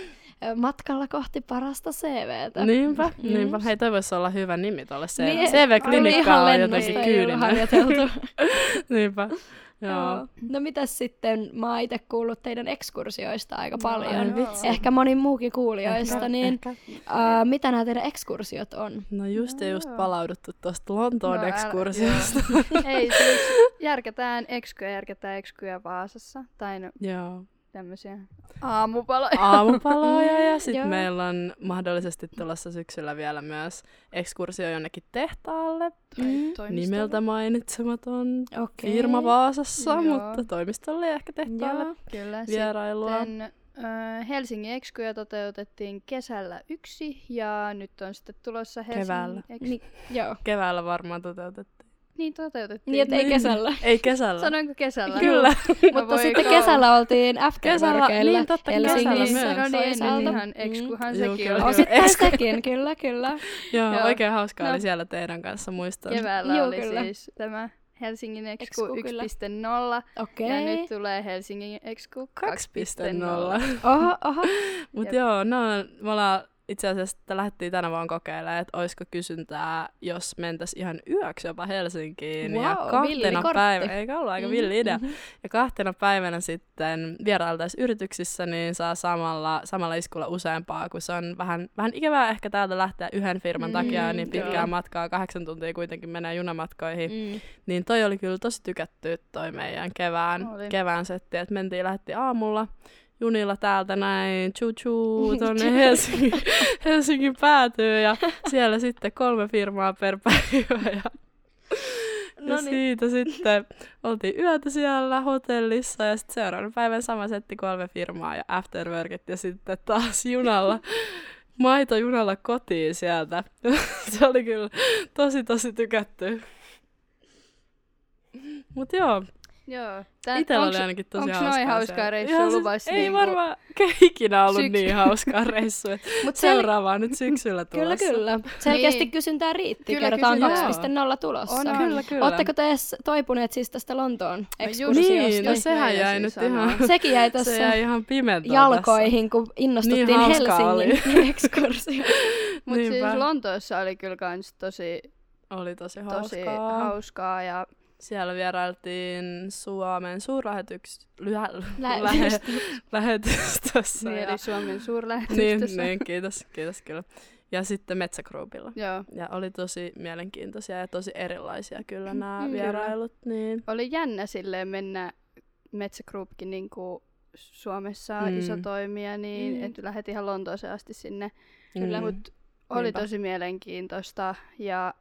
matkalla kohti parasta CVtä. Niinpä. Hei, toi voisi olla hyvä nimi tuolle CV. Niin, CV-klinikka on jotenkin lennosta ei ollut kyyninen. harjoiteltu. Niinpä. Joo. No mitäs sitten, mä oon itse kuullut teidän ekskursioista aika paljon. ai vitsi. Ehkä moni muukin kuulijoista, niin Ehkä. mitä nämä teidän ekskursiot on? No just palauduttu tuosta Lontoon ekskursiosta. Ei, siis järkätään ekskyjä Vaasassa. Tai no, Joo. tämmösiä aamupaloja. Aamupaloja ja Joo. sitten meillä on mahdollisesti tulossa syksyllä vielä myös ekskursio jonnekin tehtaalle. Toimistolle. Nimeltä mainitsematon Okei. firma Vaasassa, Joo. mutta toimistolle ja ehkä tehtaalle Joo. Kyllä. vierailua. Sitten Helsingin ekskyjä toteutettiin kesällä 1 ja nyt on sitten tulossa Helsingin Keväällä. Joo. Keväällä varmaan toteutettiin. Niin toteutettiin. Niin, että ei kesällä. Ei kesällä. Sanoinko kesällä? Kyllä. Mutta voi sitten kauan. kesällä oltiin afterworkeilla niin totta, Helsingissä. kesällä myös. No niin, toisaalta. nyt ihan ekskuhan Joo, sekin kyllä. oli. Osittain sekin, kyllä. Joo, Joo. oikein hauskaa No. oli siellä teidän kanssa, muistan. Keväällä Joo, oli kyllä. siis tämä Helsingin eksku Eksku, kyllä. 1.0 Okei. ja nyt tulee Helsingin eksku 2.0. 2.0. Oho. Mut Jep. joo, no me ollaan itse asiassa lähdettiin tänä vuonna kokeilemaan, että olisiko kysyntää, jos mentäisiin ihan yöksi jopa Helsinkiin. Ja Wow, villi kortti. päivänä, eikä ollut aika villi idea. Ja 2 päivänä sitten vierailtaisiin yrityksissä, niin saa samalla iskulla useampaa, kun se on vähän ikävää ehkä täältä lähteä yhden firman takia, niin pitkää joo. matkaa, 8 tuntia kuitenkin menee junamatkoihin. Mm. Niin toi oli kyllä tosi tykätty toi meidän Oli. kevään setti, että lähdettiin aamulla junilla täältä näin, chuu tonne Helsingin päätyyn ja siellä sitten 3 firmaa per päivä ja siitä sitten oltiin yötä siellä hotellissa ja sitten seuraavan päivän sama setti 3 firmaa ja afterworkit ja sitten taas junalla kotiin sieltä. Se oli kyllä tosi tykätty. Mut joo, Joo. itellä oli ainakin tosi onks hauskaa. noin hauskaa se. reissua Ihan luvassa ei niinku varmaan ikinä ollut niin hauskaa reissua. Mut Seuraavaa nyt syksyllä tulossa. Kyllä. Selkeästi Niin. kysyntää riitti. Kyllä Kerrotaan kysyntää. 2.0 tulossa. On. Kyllä. Ootteko te edes toipuneet siis tästä Lontoon just ekskursiosta? Niin, no Just sehän meidän jäi siis nyt sanoa. ihan, Sekin jäi se tässä jäi ihan pimentoon jalkoihin, kun innostuttiin Niin hauskaa Helsingin ekskursio. Mut Niinpä. siis Lontoossa oli kyllä kans tosi tässä. Oli tosi hauskaa ja Siellä vierailtiin Suomen lähetystössä. niin, ja eli Suomen suurlähetystössä. niin, kiitos kyllä. Ja sitten Metsä Groupilla. Joo. Ja oli tosi mielenkiintoisia ja tosi erilaisia kyllä nämä Kyllä. vierailut. Niin. Oli jännä silleen mennä Metsä Groupkin niinku Suomessa iso toimija, niin et lähdet ihan Lontooseen asti sinne. Kyllä. Mut oli Niinpä. tosi mielenkiintoista ja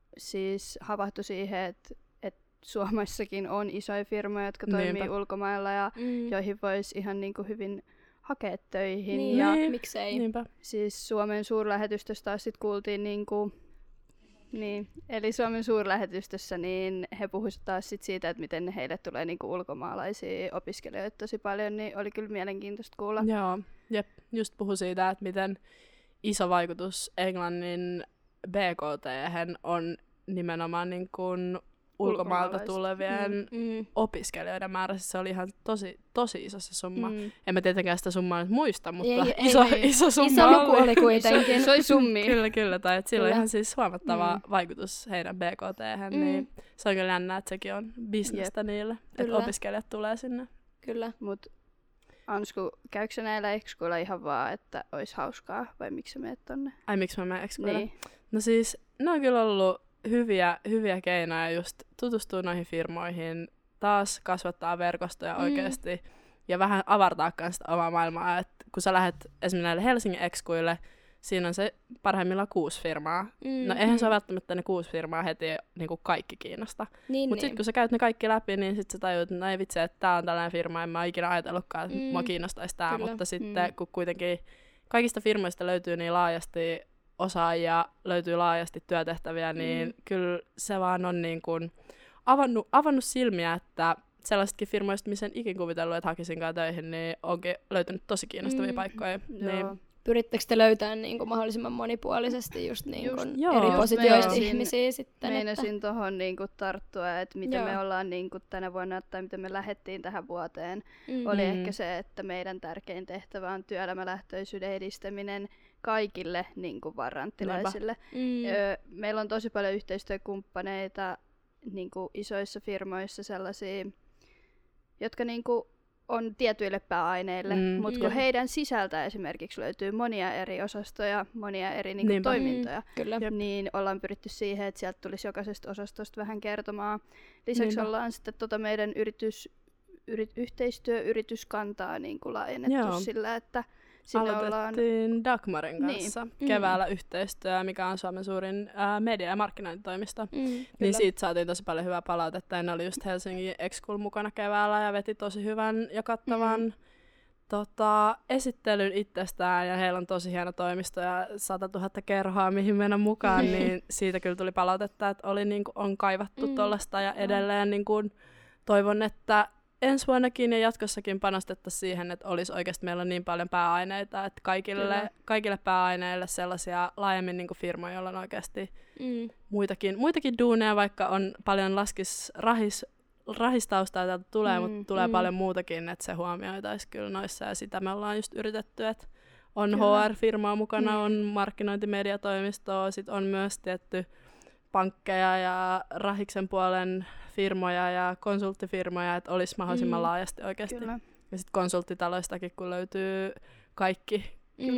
siis havahtui siihen, että Suomessakin on isoja firmoja, jotka toimii Niinpä. ulkomailla ja Mm. joihin voisi ihan niinku hyvin hakea töihin. Niin, Ja miksei. Niinpä. siis Suomen suurlähetystöstä taas sit kuultiin niinku, niin, eli Suomen suurlähetystössä niin he puhuivat taas sit siitä, että miten heille tulee niinku ulkomaalaisia opiskelijoita tosi paljon, niin oli kyllä mielenkiintoista kuulla. Joo, jep. Just puhu siitä, että miten iso vaikutus Englannin BKT:hen on nimenomaan niin kuin ulkomailta Ulkomaalaiset. tulevien Mm. opiskelijoiden määrä. Siis se oli ihan tosi iso se summa. Mm. En mä tietenkään sitä summaa nyt muista, mutta Ei, iso summa Iso luku oli kuitenkin. Se oli summia. Kyllä. Tai että sillä on Kyllä. ihan siis huomattava vaikutus heidän BKT:hen, niin se on kyllä jännä, että sekin on bisnestä niille, että Kyllä. opiskelijat tulee sinne. Kyllä. Mut Ansku, käykö sä näillä ekskuilla ihan vaan, että olisi hauskaa vai miksi sä meet tonne? Ai miksi mä menen ekskuille? Niin. No siis, ne on kyllä ollut hyviä keinoja just tutustua noihin firmoihin, taas kasvattaa verkostoja oikeasti ja vähän avartaa myös sitä omaa maailmaa. Et kun sä lähdet esimerkiksi näille Helsingin ekskuille, siinä on se parhaimmillaan 6 firmaa. No eihän se ole välttämättä ne 6 firmaa heti niinku kaikki kiinnosta. Niin, Mutta sitten kun sä käyt ne kaikki läpi, niin sitten sä tajuut, että no ei vitsi, että tää on tällainen firma, en mä oon ikinä ajatellutkaan, että mua kiinnostaisi tää. Kyllä. Mutta sitten kun kuitenkin kaikista firmoista löytyy niin laajasti osaajia, löytyy laajasti työtehtäviä, niin kyllä se vaan on niin kuin avannut silmiä, että sellaisetkin firmoista, missä en ikin kuvitellut, että hakisinkaan töihin, niin onkin löytynyt tosi kiinnostavia paikkoja. Niin, Joo. pyrittekö te löytämään niinku mahdollisimman monipuolisesti just niinku eri Just positioista meinasin- ihmisiä sitten? Meinasin tuohon niinku tarttua, että mitä Joo. me ollaan niinku tänä vuonna tai mitä me lähdettiin tähän vuoteen, oli ehkä se, että meidän tärkein tehtävä on työelämälähtöisyyden edistäminen kaikille niinku varranttilaisille. Meillä on tosi paljon yhteistyökumppaneita niinku isoissa firmoissa sellaisia, jotka niinku on tietyille pääaineille, mutta kun heidän sisältä esimerkiksi löytyy monia eri osastoja, monia eri niinku toimintoja, Kyllä. niin ollaan pyritty siihen, että sieltä tulisi jokaisesta osastosta vähän kertomaan. Lisäksi ollaan sitten meidän yhteistyöyrityskantaa niin kuin laajennettu sillä, että sinne aloitettiin Dagmarin kanssa keväällä yhteistyö, mikä on Suomen suurin media- ja markkinointitoimisto. Niin siitä saatiin tosi paljon hyvää palautetta. Ja ne oli just Helsingin X-School mukana keväällä ja veti tosi hyvän ja kattavan esittelyn itsestään. Ja heillä on tosi hieno toimisto ja 100 000 kerhoa, mihin mennä mukaan. Niin siitä kyllä tuli palautetta, että on kaivattu tollaista ja edelleen toivon, että ensi vuonnakin ja jatkossakin panostettaisiin siihen, että olisi oikeasti meillä on niin paljon pääaineita, että kaikille pääaineille sellaisia laajemmin niin kuin firmoja, joilla on oikeasti muitakin duuneja, vaikka on paljon rahistaustaa täältä tulee, mutta tulee paljon muutakin, että se huomioitaisiin kyllä noissa ja sitä me ollaan just yritetty, että on HR-firmaa mukana, on markkinointimediatoimistoa, sitten on myös tietty pankkeja ja rahiksen puolen firmoja ja konsulttifirmoja, että olisi mahdollisimman laajasti oikeasti. Kyllä. Ja sitten konsulttitaloistakin, kun löytyy kaikki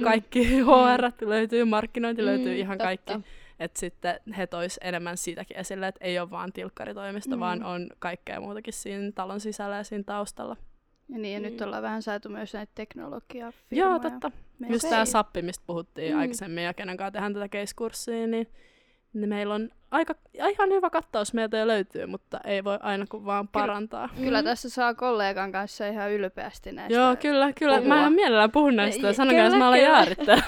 HR, löytyy markkinointi, löytyy ihan kaikki. Että sitten he tois enemmän siitäkin esille, että ei ole vaan tilkkaritoimisto, vaan on kaikkea muutakin siinä talon sisällä ja siinä taustalla. Ja niin, ja nyt ollaan vähän saatu myös näitä teknologiafirmoja. Joo, totta. Just tämä Sappi, mistä puhuttiin aikaisemmin ja kenen kanssa tehdään tätä case-kurssia, niin meillä on ihan hyvä kattaus meiltä jo löytyy, mutta ei voi aina kuin vaan parantaa. Kyllä tässä saa kollegan kanssa ihan ylpeästi näistä. Joo, kyllä. Puhua. Mä ihan mielellään puhun näistä. Sanokaa, jos mä olen jaarittaa.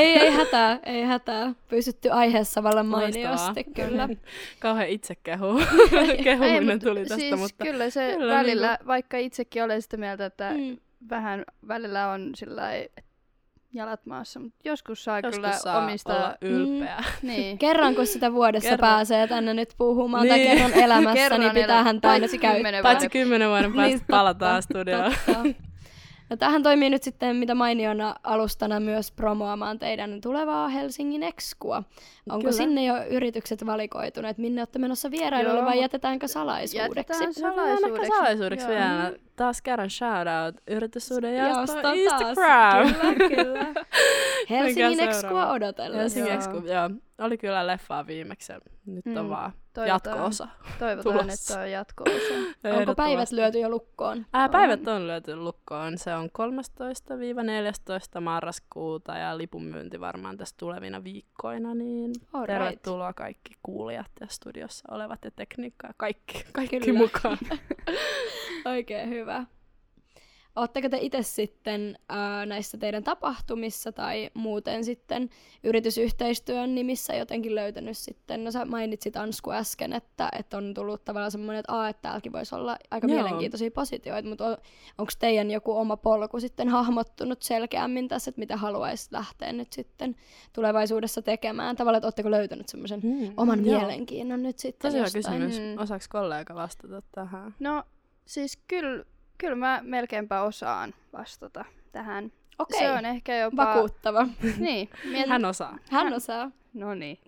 ei hätää. Pysytty aiheessa vallan mainiosti, kyllä. Kauhean kehuminen tuli tästä. Siis mutta kyllä se kyllä, välillä, niin vaikka itsekin olen sitä mieltä, että vähän välillä on sillai jalat maassa, mutta joskus saa kyllä omistaa olla ylpeä. Niin. Kerran kun sitä vuodessa pääsee tänne nyt puhumaan tai kerran elämässä, niin pitäähän tämä nyt käyttää. Paitsi 10 vuoden päästä palataan studioon. No tämähän toimii nyt sitten mitä mainiona alustana myös promoamaan teidän tulevaa Helsingin Excua. Onko sinne jo yritykset valikoituneet, minne olette menossa vierailulle vai jätetäänkö salaisuudeksi? Jätetään salaisuudeksi vielä. Taas kerran shoutout yrityssuuden jaosto Instagram. Kyllä. Helsingin Excua odotellen. Helsingin Excu, joo. Oli kyllä leffaa viimeksi. Nyt on vaan jatko-osa. Toivotaan, että on jatko-osa. Onko päivät lyöty jo lukkoon? Päivät on lyöty lukkoon. Se on 13-14 marraskuuta ja lipunmyynti varmaan tässä tulevina viikkoina. Niin tervetuloa kaikki kuulijat ja studiossa olevat ja tekniikkaa. Kaikki mukaan. Oikein hyvä. Oletteko te itse sitten näissä teidän tapahtumissa tai muuten sitten yritysyhteistyön nimissä jotenkin löytänyt sitten, no sä mainitsit Ansku äsken, että on tullut tavallaan semmoinen, että täälläkin voisi olla aika mielenkiintoisia positioita, mutta onko teidän joku oma polku sitten hahmottunut selkeämmin tässä, että mitä haluaisit lähteä nyt sitten tulevaisuudessa tekemään? Tavallaan, että ootteko löytänyt semmoisen oman mielenkiinnon nyt sitten tosi jostain? Tosi hyvä kysymys. Osaako kollega vastata tähän? No siis kyllä mä melkeinpä osaan vastata tähän. Okei. Se on ehkä jopa vakuuttava. Niin. Hän osaa. Hän osaa. Noniin.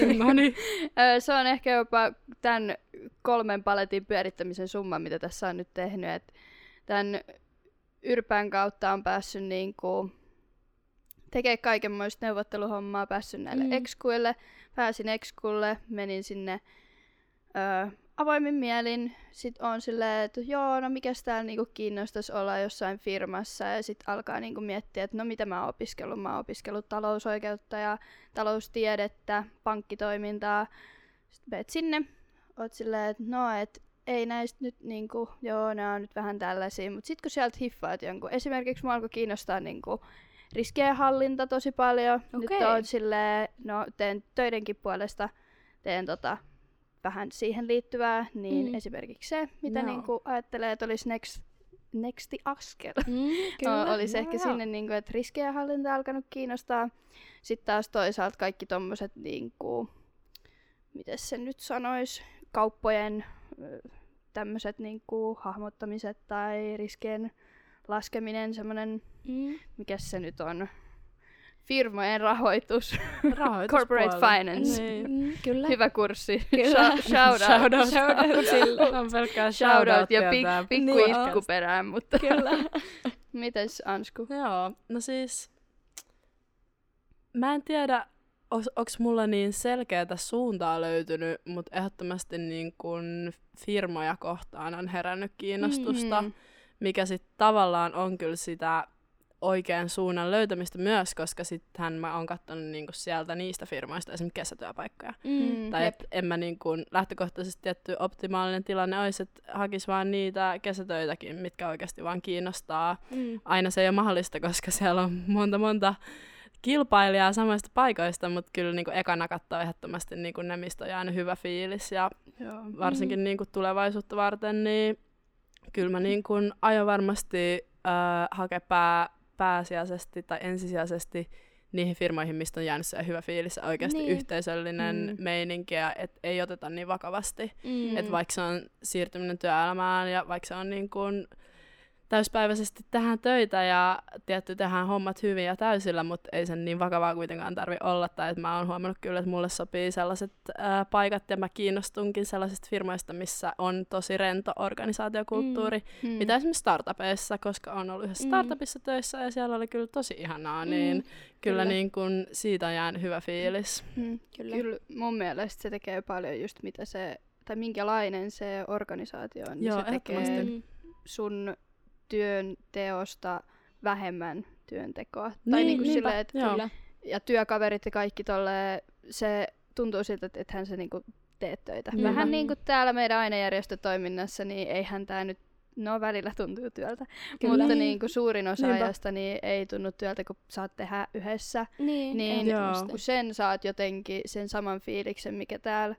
Se on ehkä jopa tämän 3 paletin pyörittämisen summa, mitä tässä on nyt tehnyt. Et tämän Yrpän kautta on päässyt niinku tekemään kaikenmoista neuvotteluhommaa, päässyt näille Excuille. Pääsin Exculle, menin sinne avoimin mielin. Sitten on silleen, että joo, no mikäs täällä niinku kiinnostaisi olla jossain firmassa. Ja sitten alkaa niinku miettiä, että no mitä mä oon opiskellut. Mä oon opiskellut talousoikeutta ja taloustiedettä, pankkitoimintaa. Sitten meet sinne, oot silleen, että no, et ei näistä nyt niinku, joo, nämä on nyt vähän tällaisia. Mutta sitten kun sieltä hiffaat jonkun, esimerkiksi mua alkoi kiinnostaa niinku riskienhallinta tosi paljon. Nyt oon silleen, no teen töidenkin puolesta, teen vähän siihen liittyvää, niin esimerkiksi se, mitä niinku ajattelee, että olisi next nexti askel. Kyllä. Olisi ehkä joo. sinne, niinku, että riskejähallinta alkanut kiinnostaa. Sitten taas toisaalta kaikki tommoset, niinku, miten se nyt sanois, kauppojen tämmöiset niinku, hahmottamiset tai riskien laskeminen, semmoinen, mikä se nyt on, firmojen rahoitus, corporate finance. Niin. Kyllä. Hyvä kurssi. Kyllä. Shout out. Shoutout sille. On pelkkää Shout out ja pikku Niin. itku perään, mutta Kyllä. mites Ansku? Joo, no siis mä en tiedä, onks mulla niin selkeätä suuntaa löytynyt, mutta ehdottomasti niin kun firmoja kohtaan on herännyt kiinnostusta, mikä sitten tavallaan on kyllä sitä oikean suunnan löytämistä myös, koska sittenhän mä oon katsonut niinku sieltä niistä firmoista esimerkiksi kesätyöpaikkoja. Tai että en mä niinku, lähtökohtaisesti tietty optimaalinen tilanne olisi, että hakisi vaan niitä kesätöitäkin, mitkä oikeasti vaan kiinnostaa. Aina se ei ole mahdollista, koska siellä on monta kilpailijaa samoista paikoista, mutta kyllä niinku ekana katsoo ehdottomasti niinku ne, mistä on jäänyt hyvä fiilis. Ja varsinkin niinku tulevaisuutta varten, niin kyllä mä niinku aion varmasti hakea pääasiallisesti tai ensisijaisesti niihin firmoihin, mistä on jäänyt se hyvä fiilis ja oikeasti yhteisöllinen meininki, että ei oteta niin vakavasti. Että vaikka se on siirtyminen työelämään ja vaikka se on niin kuin täyspäiväisesti tehdään töitä ja tietty tehdään hommat hyvin ja täysillä, mutta ei sen niin vakavaa kuitenkaan tarvitse olla. Tai että mä oon huomannut kyllä, että mulle sopii sellaiset paikat ja mä kiinnostunkin sellaisista firmoista, missä on tosi rento organisaatiokulttuuri, mitä esimerkiksi startupeissa, koska on ollut yhdessä startupissa töissä ja siellä oli kyllä tosi ihanaa, niin kyllä niin kun siitä on jäänyt hyvä fiilis. Kyllä mun mielestä se tekee paljon just mitä se, tai minkälainen se organisaatio on, niin se tekee sun työn teosta vähemmän työntekoa. Tai niinku silleen, että ja työkaverit ja kaikki tolleen, se tuntuu siltä, että ethän se niinku teet töitä. Vähän niinku täällä meidän ainejärjestötoiminnassa, niin eihän tää nyt, no välillä tuntuu työltä, mutta niinku suurin osa ajasta niin ei tunnu työltä, kun saat tehdä yhdessä. Niin kun sen saat jotenkin sen saman fiiliksen, mikä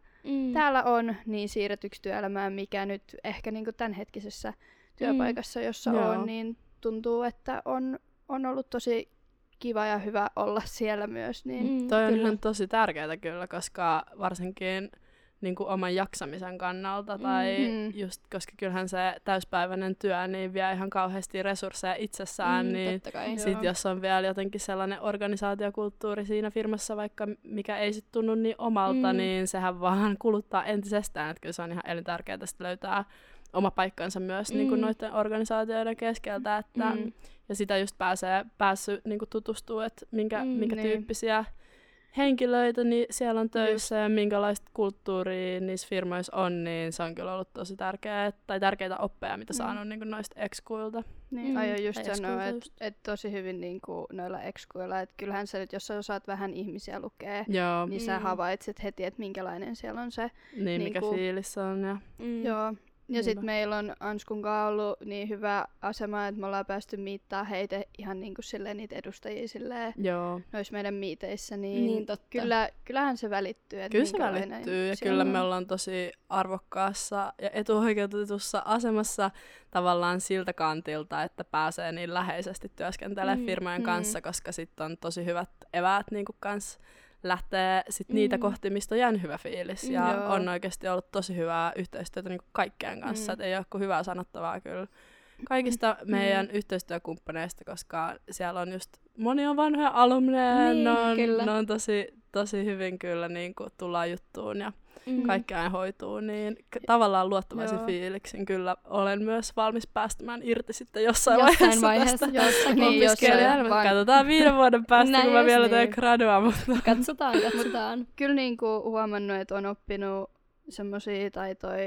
täällä on, niin siirretyksi työelämään, mikä nyt ehkä niinku tämänhetkisessä työpaikassa, jossa on, niin tuntuu, että on ollut tosi kiva ja hyvä olla siellä myös. Niin. Toi on ihan tosi tärkeää kyllä, koska varsinkin niin kuin oman jaksamisen kannalta, tai just, koska kyllähän se täyspäiväinen työ niin vie ihan kauheasti resursseja itsessään, niin sit jos on vielä jotenkin sellainen organisaatiokulttuuri siinä firmassa, vaikka mikä ei sit tunnu niin omalta, niin sehän vaan kuluttaa entisestään, että kyllä se on ihan elintärkeää sitten löytää oma paikkansa myös niin kuin noiden organisaatioiden keskeltä, että, ja sitä just päässyt niin kuin tutustua, että minkä tyyppisiä henkilöitä niin siellä on töissä ja minkälaista kulttuuria niissä firmoissa on, niin se on kyllä ollut tosi tärkeitä oppeja, mitä saanut niin kuin noista exkuilta. Niin, aion just sanoa, että tosi hyvin niin kuin noilla exkuilla, että kyllähän sä nyt, jos sä osaat vähän ihmisiä lukea, niin sä havaitset heti, että minkälainen siellä on se. Niin mikä fiilis on. Ja. Joo. Ja sitten meillä on Anskun kanssa ollut niin hyvä asema, että me ollaan päästy miittaamaan heitä ihan niinku silleen niitä edustajia silleen noissa meidän miiteissä. Niin kyllähän se välittyy. Kyllä se välittyy ja kyllä me ollaan tosi arvokkaassa ja etuoikeutetussa asemassa tavallaan siltä kantilta, että pääsee niin läheisesti työskentelemään firmojen kanssa, koska sitten on tosi hyvät eväät niinku kanssa lähtee sit niitä kohti, mistä on jäänyt hyvä fiilis. Ja on oikeasti ollut tosi hyvää yhteistyötä niin kaikkien kanssa. Et ei ole kuin hyvää sanottavaa kyllä kaikista meidän yhteistyökumppaneista, koska siellä on just moni on vanhoja alumneja. Ne on tosi hyvin kyllä niin kuin tullaan juttuun ja kaikki aina hoituu. Niin tavallaan luottavaisin fiiliksin kyllä olen myös valmis päästämään irti sitten jossain vaiheessa tästä opiskelijana. Katsotaan 5 vuoden päästä, kun mä vielä teen gradua. Mutta Katsotaan. Kyllä niinku huomannut, että on oppinut semmoisia taitoja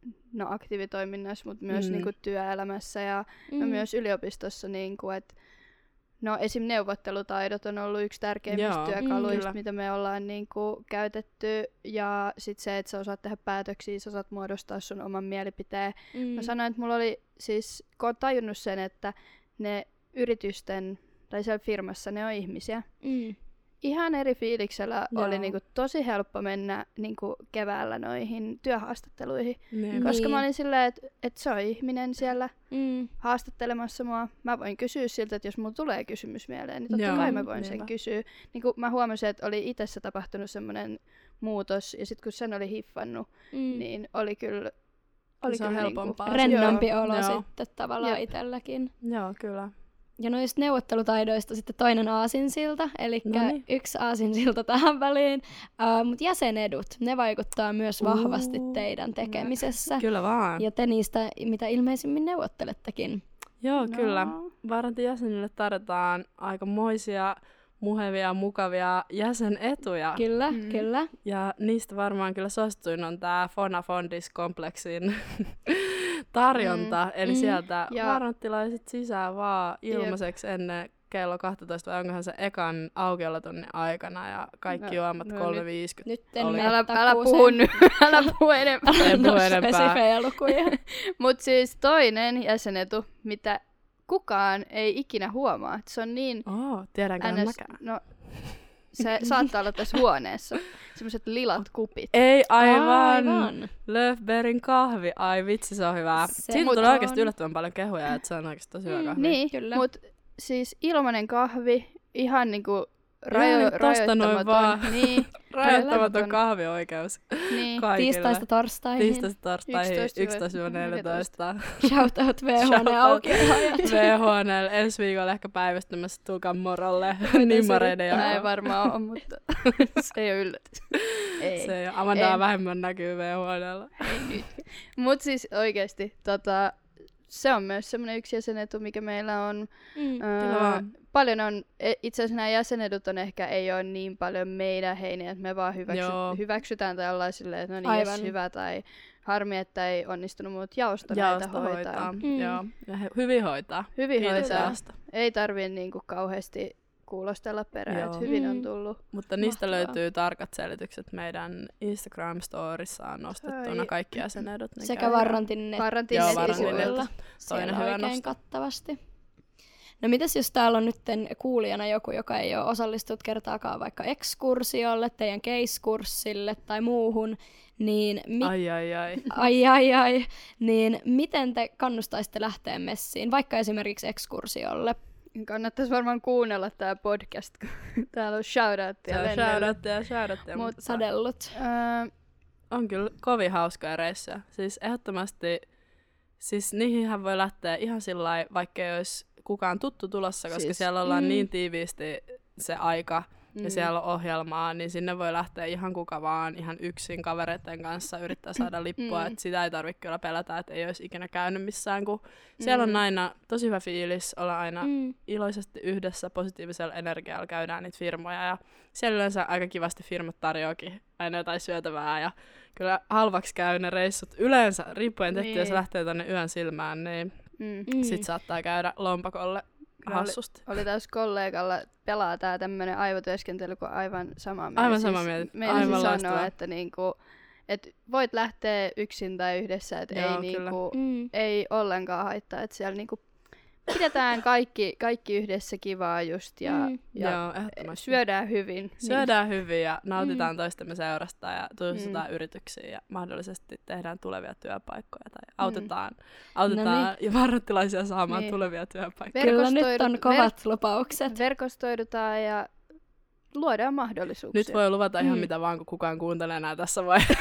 aktiivitoiminnassa, mutta myös niinku työelämässä ja myös yliopistossa, niinku, että esim. Neuvottelutaidot on ollut yksi tärkeimmistä työkaluista, mitä me ollaan niinku käytetty. Ja sitten se, että sä osaat tehdä päätöksiä, sä osaat muodostaa sun oman mielipiteen. Mä sanoin, että mulla oli siis, kun oon tajunnut sen, että ne yritysten, tai siellä firmassa, ne on ihmisiä. ihan eri fiiliksellä. Joo. Oli niinku tosi helppo mennä niinku keväällä noihin työhaastatteluihin. Niin. Koska Niin. mä olin silleen, että se on ihminen siellä Mm. haastattelemassa mua. Mä voin kysyä siltä, että jos mulla tulee kysymys mieleen, niin totta Joo, kai mä voin niinpä. sen kysyä. Niin kun mä huomasin, että oli itsessä tapahtunut semmoinen muutos, ja sitten kun sen oli hiffannut, niin oli kyllä... Se on helpompaa. rennompi olo Joo. sitten tavallaan Jep. itselläkin. Joo, kyllä. Ja noista neuvottelutaidoista sitten toinen aasinsilta, eli Noniin. yksi aasinsilta tähän väliin. Mutta jäsenedut, ne vaikuttaa myös vahvasti teidän tekemisessä. Kyllä vaan. Ja te niistä mitä ilmeisimmin neuvottelettekin. Joo, No. kyllä. Varantin jäsenille tarjotaan aikamoisia muhevia, mukavia jäsenetuja. Kyllä, Mm. kyllä. Ja niistä varmaan kyllä suosituin on tämä Fonafondis-kompleksin tarjonta. Eli sieltä Ja- varanttilaiset sisään vaan ilmaiseksi ennen kello 12, vai onkohan se ekan aukiolotunnin aikana, ja kaikki No, juomat no 3,50. Nyt en Oli. mene Älä takuuseen. puhu nyt, älä puhu enempää. En puhu No, enempää. spesifejä lukuja. Mut siis toinen jäsenetu, mitä kukaan ei ikinä huomaa, että se on niin Tiedänkö mäkään? no, se saattaa olla tässä huoneessa. Semmoiset lilat kupit. Ei aivan. Aivan. Löfbergin kahvi. Ai vitsi, se on hyvä. Se Siitä tulee on. oikeasti yllättävän paljon kehuja, että se on oikeasti tosi hyvä kahvi. Niin, Kyllä. mut siis ilmanen kahvi, ihan niinku Ihan niinku tosta noin rajoittamaton. vaan. Niin, Rajoittamaton rajoittamaton. kahvioikeus niin. kaikille. Tiistaista torstaihin. Tiistaista torstaihin 11-14. 11-14. Shoutout V-huoneen Shoutout aukioloajat. V-huoneella ensi viikolla ehkä päivästymässä, tulkaa morolle. Miten Nimmareiden Tämä ei jakoon. varmaan ole, mutta se ei ole yllätys. Ei. Se ei ole. Amandaa Ei. vähemmän näkyy V-huoneella. Mut siis oikeesti, se on myös semmoinen yksi jäsenetu, mikä meillä on. Kyllä vaan. Paljon on, itse asiassa nämä jäsenedut on ehkä, ei ole niin paljon meidän heiniä, että me vaan Joo. hyväksytään tai ollaan silleen, että no niin, Aivan. jes, hyvä, tai harmi, että ei onnistunut, mutta jaosto näitä Jaosto hoitaa. Joo. Ja hyvin hoitaa. Hyvin Kiitos hoitaa. jaosto. Ei tarvii niinku kauheasti kuulostella perään, Joo. että hyvin on tullut. Mutta niistä Mahtavaa. löytyy tarkat selitykset meidän Instagram-storissa on nostettuna Ai. kaikki jäsenedut. niin Sekä käykää. Varrantin Varrantin Joo, nettisivuilla. Varrantin nettisivuilla. Siellä Toinen hyvä oikein nosto. kattavasti. No mitäs jos täällä on nytten kuulijana joku, joka ei ole osallistunut kertaakaan vaikka ekskursiolle, teidän case-kurssille tai muuhun, niin Ai. niin miten te kannustaisitte lähteä messiin, vaikka esimerkiksi ekskursiolle? Kannattaisi varmaan kuunnella tää podcast, kun täällä on shoutouttia Se on Vennelle. shoutouttia. Mut Mutta Sadellut. on kyllä kovin hauskoja reissuja. Siis ehdottomasti, siis niihinhän voi lähteä ihan sillä vaikka ei olisi kukaan tuttu tulossa, koska Siis, siellä ollaan niin tiiviisti se aika ja Mm. siellä on ohjelmaa, niin sinne voi lähteä ihan kuka vaan, ihan yksin kavereiden kanssa yrittää saada lippua, että sitä ei tarvitse kyllä pelätä, että ei olisi ikinä käynyt missään, kun siellä on aina tosi hyvä fiilis, olla aina iloisesti yhdessä, positiivisella energialla käydään niitä firmoja, ja siellä yleensä aika kivasti firmat tarjoakin aina jotain syötävää, ja kyllä halvaksi käy ne reissut yleensä, riippuen Niin. jos lähtee tonne yön silmään, niin sit saattaa käydä lompakolle Kyllä hassusti. Oli taas kollegalla pelaa tää tämmönen aivotyöskentely, kun aivan samaa mieltä. Aivan samaa mieltä. Meidän Aivan sanoa, loistavaa. että niinku, et voit lähteä yksin tai yhdessä, että Joo, ei, kyllä. niinku, ei ollenkaan haittaa, että siellä niinku pidetään kaikki yhdessä kivaa just ja Joo, ehdottomasti. syödään hyvin. Syödään hyvin ja nautitaan toistemme seurasta ja tutustutaan yrityksiin ja mahdollisesti tehdään tulevia työpaikkoja tai autetaan ja varrattilaisia saamaan Niin. tulevia työpaikkoja. Kyllä nyt on kovat lupaukset. Verkostoidutaan ja luodaan mahdollisuuksia. Nyt voi luvata ihan mitä vaan, kun kukaan kuuntelee enää tässä vaiheessa.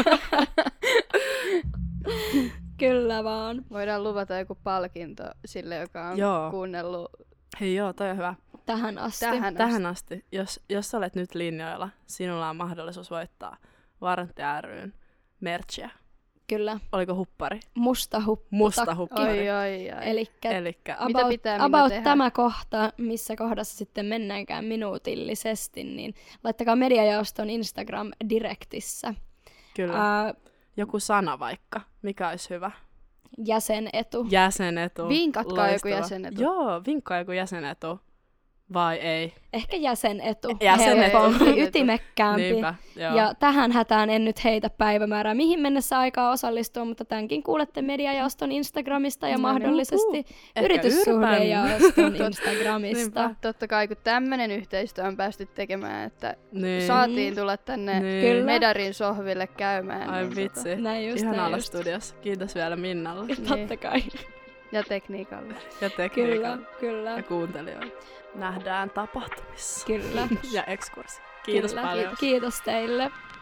Kyllä vaan. Voidaan luvata joku palkinto sille, joka on Joo. kuunnellut Hei joo, toi on hyvä. Tähän asti. Tähän asti. Jos olet nyt linjoilla, sinulla on mahdollisuus voittaa Varrantti ry:n merchia. Kyllä. Oliko huppari? Musta huppu. Musta huppari. Ai. Elikkä Mitä pitää Minna about tehdä? tämä kohta, missä kohdassa sitten mennäänkään minuutillisesti, niin laittakaa mediajaoston Instagram-direktissä. kyllä. Joku sana vaikka. Mikä olisi hyvä? Jäsenetu. Jäsenetu. Vinkatkaa joku Loistava. jäsenetu. Joo, vinkkaa joku jäsenetu. vai ei. Ehkä jäsenetu. Jäsenetu. Helpompi, ytimekkäämpi. Niinpä, joo. Ja tähän hätään en nyt heitä päivämäärää, mihin mennessä aikaa osallistua, mutta tämänkin kuulette mediajaoston Instagramista ja mahdollisesti yrityssuhdejaoston Instagramista. Niinpä. Totta kai, kun tämmönen yhteistyö on päästy tekemään, että Niin. saatiin tulla tänne Niin. Medarin sohville käymään. Ai niin vitsi. Näin just, Ihan näin olla just. studiossa. Kiitos vielä Minnalle. Totta kai. Ja tekniikalle. Ja tekniikalle. Kyllä. Ja kuuntelijoille. Nähdään tapahtumissa. Kyllä. Ja ekskurssi. Kiitos Kyllä. paljon. Kiitos teille.